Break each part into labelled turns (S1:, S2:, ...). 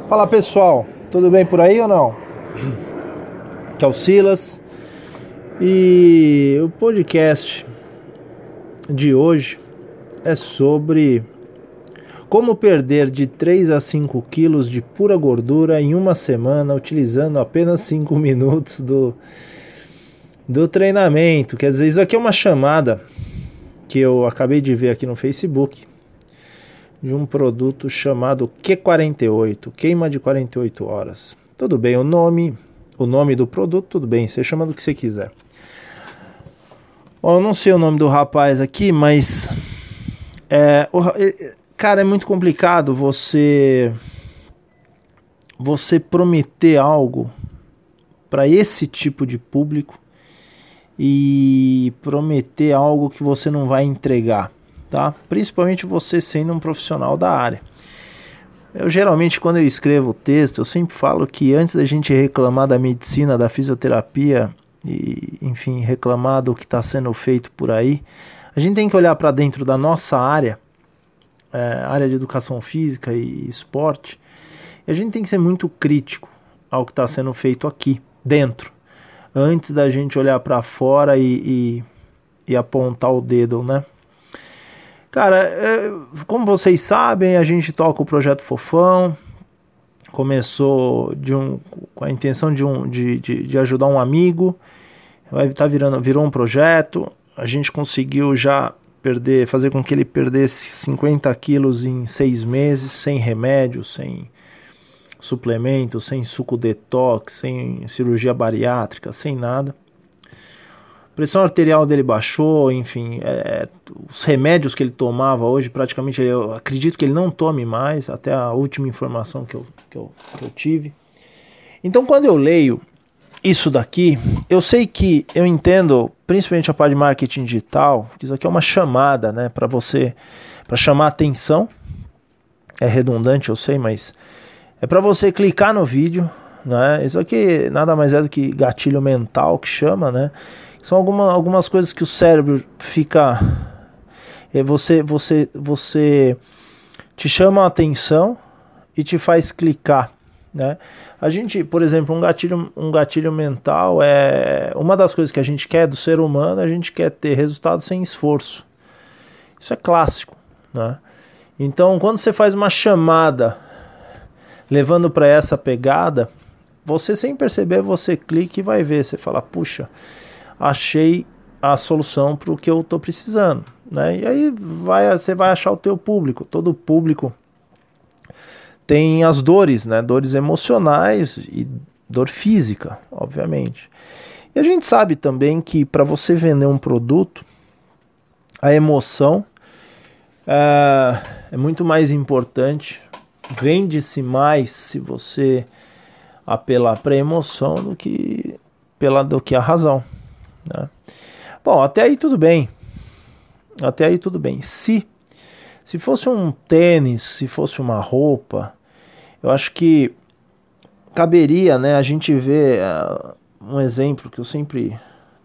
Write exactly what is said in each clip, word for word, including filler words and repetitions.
S1: Fala pessoal, tudo bem por aí ou não? Aqui é o Silas e o podcast de hoje é sobre como perder de três a cinco quilos de pura gordura em uma semana utilizando apenas cinco minutos do, do treinamento. Quer dizer, isso aqui é uma chamada que eu acabei de ver aqui no Facebook de um produto chamado Q quarenta e oito, queima de quarenta e oito horas. Tudo bem, o nome, o nome do produto, tudo bem, você chama do que você quiser. Bom, eu não sei o nome do rapaz aqui, mas é, o, cara, é muito complicado você você prometer algo para esse tipo de público e prometer algo que você não vai entregar. Tá? Principalmente você sendo um profissional da área. Eu geralmente, quando eu escrevo o texto, eu sempre falo que antes da gente reclamar da medicina, da fisioterapia e, enfim, reclamar do que está sendo feito por aí, a gente tem que olhar para dentro da nossa área, é, área de educação física e esporte, e a gente tem que ser muito crítico ao que está sendo feito aqui, dentro, antes da gente olhar para fora e, e, e apontar o dedo, né? Cara, é, como vocês sabem, a gente toca o Projeto Fofão, começou de um, com a intenção de, um, de, de, de ajudar um amigo, vai tá virando, virou um projeto, a gente conseguiu já perder, fazer com que ele perdesse cinquenta quilos em seis meses, sem remédio, sem suplemento, sem suco detox, sem cirurgia bariátrica, sem nada. A pressão arterial dele baixou, enfim, é, os remédios que ele tomava hoje, praticamente, eu acredito que ele não tome mais, até a última informação que eu, que eu, que eu tive. Então, quando eu leio isso daqui, eu sei que eu entendo, principalmente a parte de marketing digital, que isso aqui é uma chamada, né, para você, para chamar atenção, é redundante, eu sei, mas é para você clicar no vídeo, né, isso aqui nada mais é do que gatilho mental, que chama, né, são alguma, algumas coisas que o cérebro fica... Você, você, você te chama a atenção e te faz clicar, né? A gente, por exemplo, um gatilho, um gatilho mental é... Uma das coisas que a gente quer do ser humano, a gente quer ter resultado sem esforço. Isso é clássico, né? Então, quando você faz uma chamada levando para essa pegada, você, sem perceber, você clica e vai ver. Você fala, puxa... achei a solução para o que eu estou precisando, né? E aí vai, você vai achar o teu público. Todo público tem as dores, né? Dores emocionais e dor física, obviamente. E a gente sabe também que para você vender um produto, a emoção é, é muito mais importante. Vende-se mais se você apelar para a emoção do que, pela, do que a razão. Né? Bom, até aí tudo bem. Até aí tudo bem. Se, se fosse um tênis, se fosse uma roupa, eu acho que caberia, né, a gente ver uh, um exemplo que eu sempre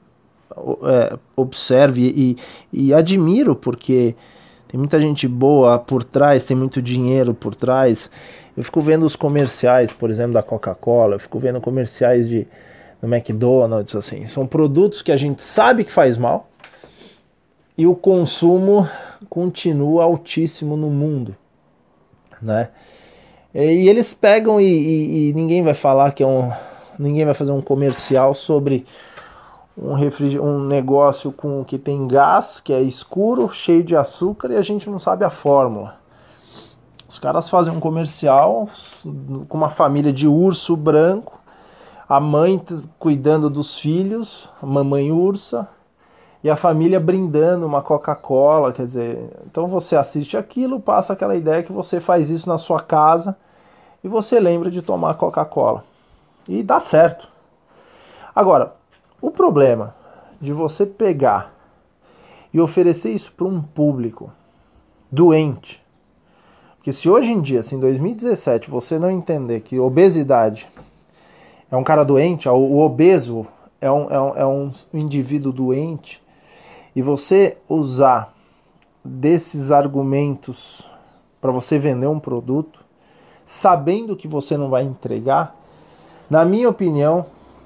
S1: uh, observo e, e admiro, porque tem muita gente boa por trás, tem muito dinheiro por trás. Eu fico vendo os comerciais, por exemplo, da Coca-Cola, eu fico vendo comerciais de no McDonald's, assim, são produtos que a gente sabe que faz mal e o consumo continua altíssimo no mundo, né? E eles pegam e, e, e ninguém vai falar que é um, ninguém vai fazer um comercial sobre um, refriger... um negócio com que tem gás, que é escuro, cheio de açúcar e a gente não sabe a fórmula. Os caras fazem um comercial com uma família de urso branco, a mãe cuidando dos filhos, a mamãe ursa, e a família brindando uma Coca-Cola, quer dizer, então você assiste aquilo, passa aquela ideia que você faz isso na sua casa e você lembra de tomar Coca-Cola. E dá certo. Agora, o problema de você pegar e oferecer isso para um público doente, porque se hoje em dia, assim, em dois mil e dezessete, você não entender que obesidade é um cara doente, o obeso é um, é um, é um indivíduo doente, e você usar desses argumentos para você vender um produto, sabendo que você não vai entregar, na minha opinião,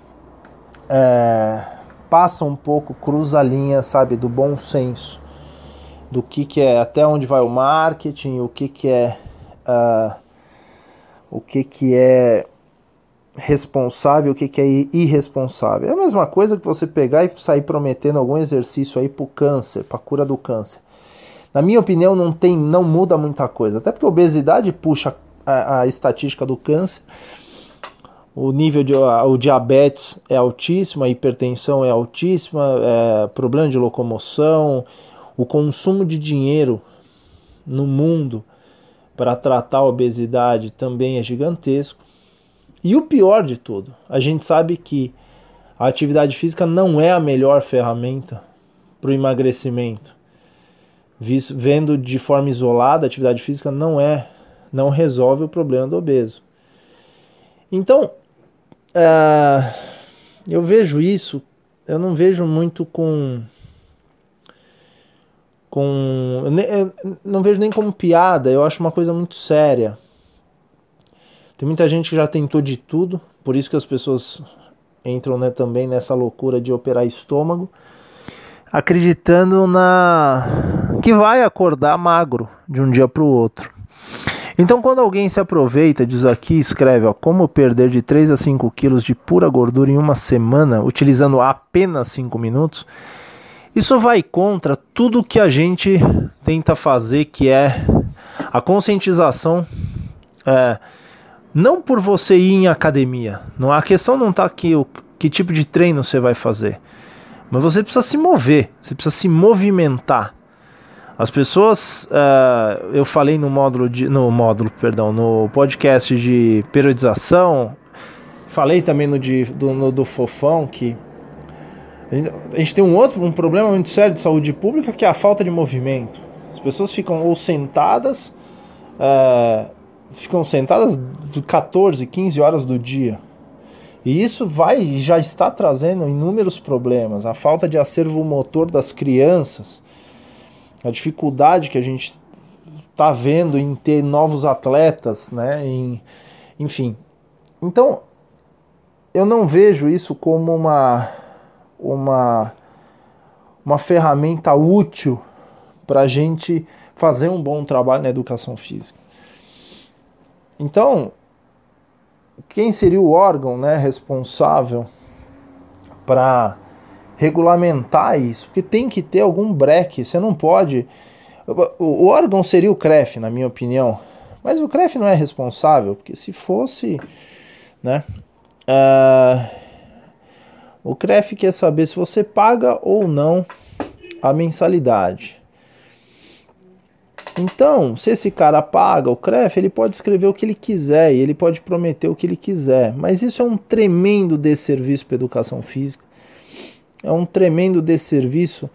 S1: é, passa um pouco, cruza a linha, sabe, do bom senso, do que, que é, até onde vai o marketing, o que, que é, uh, o que, que é responsável, o que, que é irresponsável. É a mesma coisa que você pegar e sair prometendo algum exercício aí pro câncer, pra cura do câncer. Na minha opinião, não tem, não muda muita coisa, até porque a obesidade puxa a, a estatística do câncer, o nível de a, o diabetes é altíssimo, a hipertensão é altíssima, é, problema de locomoção, o consumo de dinheiro no mundo para tratar a obesidade também é gigantesco. E o pior de tudo, a gente sabe que a atividade física não é a melhor ferramenta para o emagrecimento. Visto, vendo de forma isolada, a atividade física não é, não resolve o problema do obeso. Então, é, eu vejo isso, eu não vejo muito com... com eu não vejo nem como piada, eu acho uma coisa muito séria. Tem muita gente que já tentou de tudo, por isso que as pessoas entram, né, também nessa loucura de operar estômago, acreditando na que vai acordar magro de um dia para o outro. Então, quando alguém se aproveita, diz aqui, escreve, ó, como perder de três a cinco quilos de pura gordura em uma semana, utilizando apenas cinco minutos, isso vai contra tudo que a gente tenta fazer, que é a conscientização, é, não por você ir em academia. Não, a questão não está aqui o que tipo de treino você vai fazer. Mas você precisa se mover, você precisa se movimentar. As pessoas, uh, eu falei no módulo, de, no módulo, perdão, no podcast de periodização, falei também no, de, do, no do Fofão, que a gente, a gente tem um outro, um problema muito sério de saúde pública, que é a falta de movimento. As pessoas ficam ou sentadas, uh, ficam sentadas catorze, quinze horas do dia. E isso vai já está trazendo inúmeros problemas. A falta de acervo motor das crianças, a dificuldade que a gente está vendo em ter novos atletas, né? Em, enfim. Então, eu não vejo isso como uma, uma, uma ferramenta útil para a gente fazer um bom trabalho na educação física. Então, quem seria o órgão, né, responsável para regulamentar isso? Porque tem que ter algum breque, você não pode... O órgão seria o C R E F, na minha opinião, mas o C R E F não é responsável, porque se fosse, né, uh, o C R E F quer saber se você paga ou não a mensalidade. Então, se esse cara paga o C R E F, ele pode escrever o que ele quiser e ele pode prometer o que ele quiser. Mas isso é um tremendo desserviço para a educação física. É um tremendo desserviço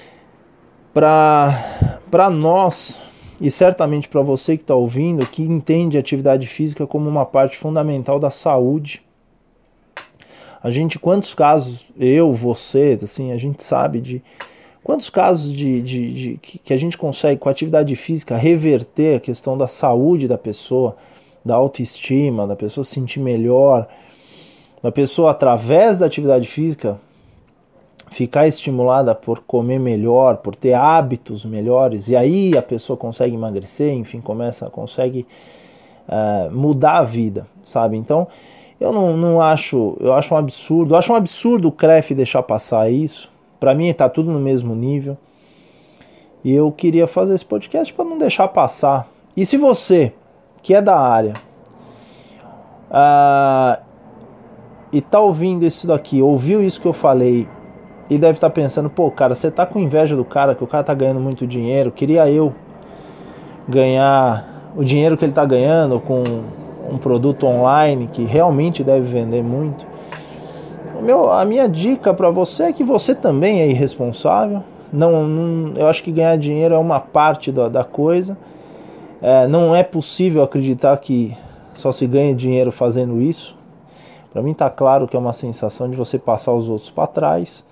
S1: para nós e certamente para você que está ouvindo, que entende a atividade física como uma parte fundamental da saúde. A gente, quantos casos, eu, você, assim, a gente sabe de... Quantos casos de, de, de, que a gente consegue, com a atividade física, reverter a questão da saúde da pessoa, da autoestima, da pessoa se sentir melhor, da pessoa, através da atividade física, ficar estimulada por comer melhor, por ter hábitos melhores, e aí a pessoa consegue emagrecer, enfim, começa, consegue uh, mudar a vida, sabe? Então, eu não, não acho, eu acho um absurdo, eu acho um absurdo o C R E F deixar passar isso. Para mim está tudo no mesmo nível. E eu queria fazer esse podcast para não deixar passar. E se você, que é da área, uh, e está ouvindo isso daqui, ouviu isso que eu falei, e deve estar tá pensando, pô, cara, você tá com inveja do cara, que o cara tá ganhando muito dinheiro, queria eu ganhar o dinheiro que ele tá ganhando com um produto online que realmente deve vender muito. Meu, a minha dica para você é que você também é irresponsável. Não, não, eu acho que ganhar dinheiro é uma parte da, da coisa. É, não é possível acreditar que só se ganha dinheiro fazendo isso. Para mim tá claro que é uma sensação de você passar os outros para trás.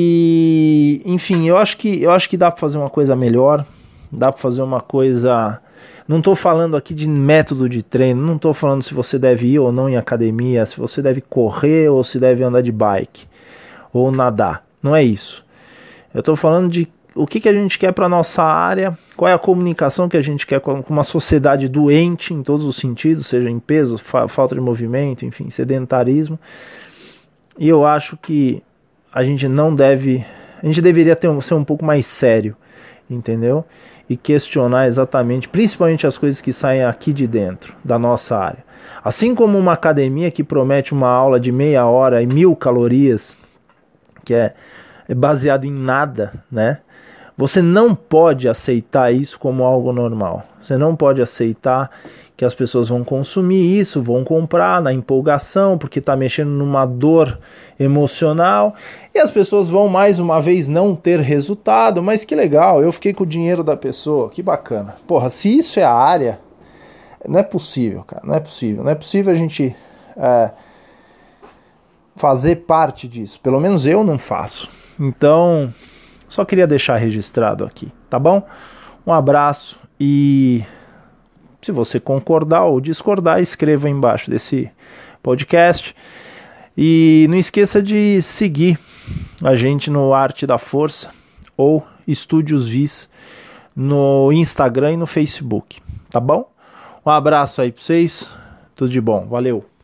S1: E, enfim, eu acho que, eu acho que dá para fazer uma coisa melhor. Dá para fazer uma coisa Não estou falando aqui de método de treino, não estou falando se você deve ir ou não em academia, se você deve correr ou se deve andar de bike ou nadar. Não é isso. Eu estou falando de o que, que a gente quer para a nossa área, qual é a comunicação que a gente quer com uma sociedade doente em todos os sentidos, seja em peso, fa- falta de movimento, enfim, sedentarismo. E eu acho que a gente não deve, a gente deveria ter um, ser um pouco mais sério, entendeu? E questionar exatamente, principalmente as coisas que saem aqui de dentro da nossa área. Assim como uma academia que promete uma aula de meia hora e mil calorias, que é, é baseado em nada, né? Você não pode aceitar isso como algo normal. Você não pode aceitar que as pessoas vão consumir isso, vão comprar na empolgação, porque está mexendo numa dor emocional, e as pessoas vão mais uma vez não ter resultado, mas que legal, eu fiquei com o dinheiro da pessoa, que bacana. Porra, se isso é a área, não é possível, cara, não é possível. Não é possível a gente é, fazer parte disso, pelo menos eu não faço. Então, só queria deixar registrado aqui, tá bom? Um abraço e se você concordar ou discordar, escreva embaixo desse podcast. E não esqueça de seguir a gente no Arte da Força ou Estúdios Vis no Instagram e no Facebook, tá bom? Um abraço aí pra vocês, tudo de bom, valeu!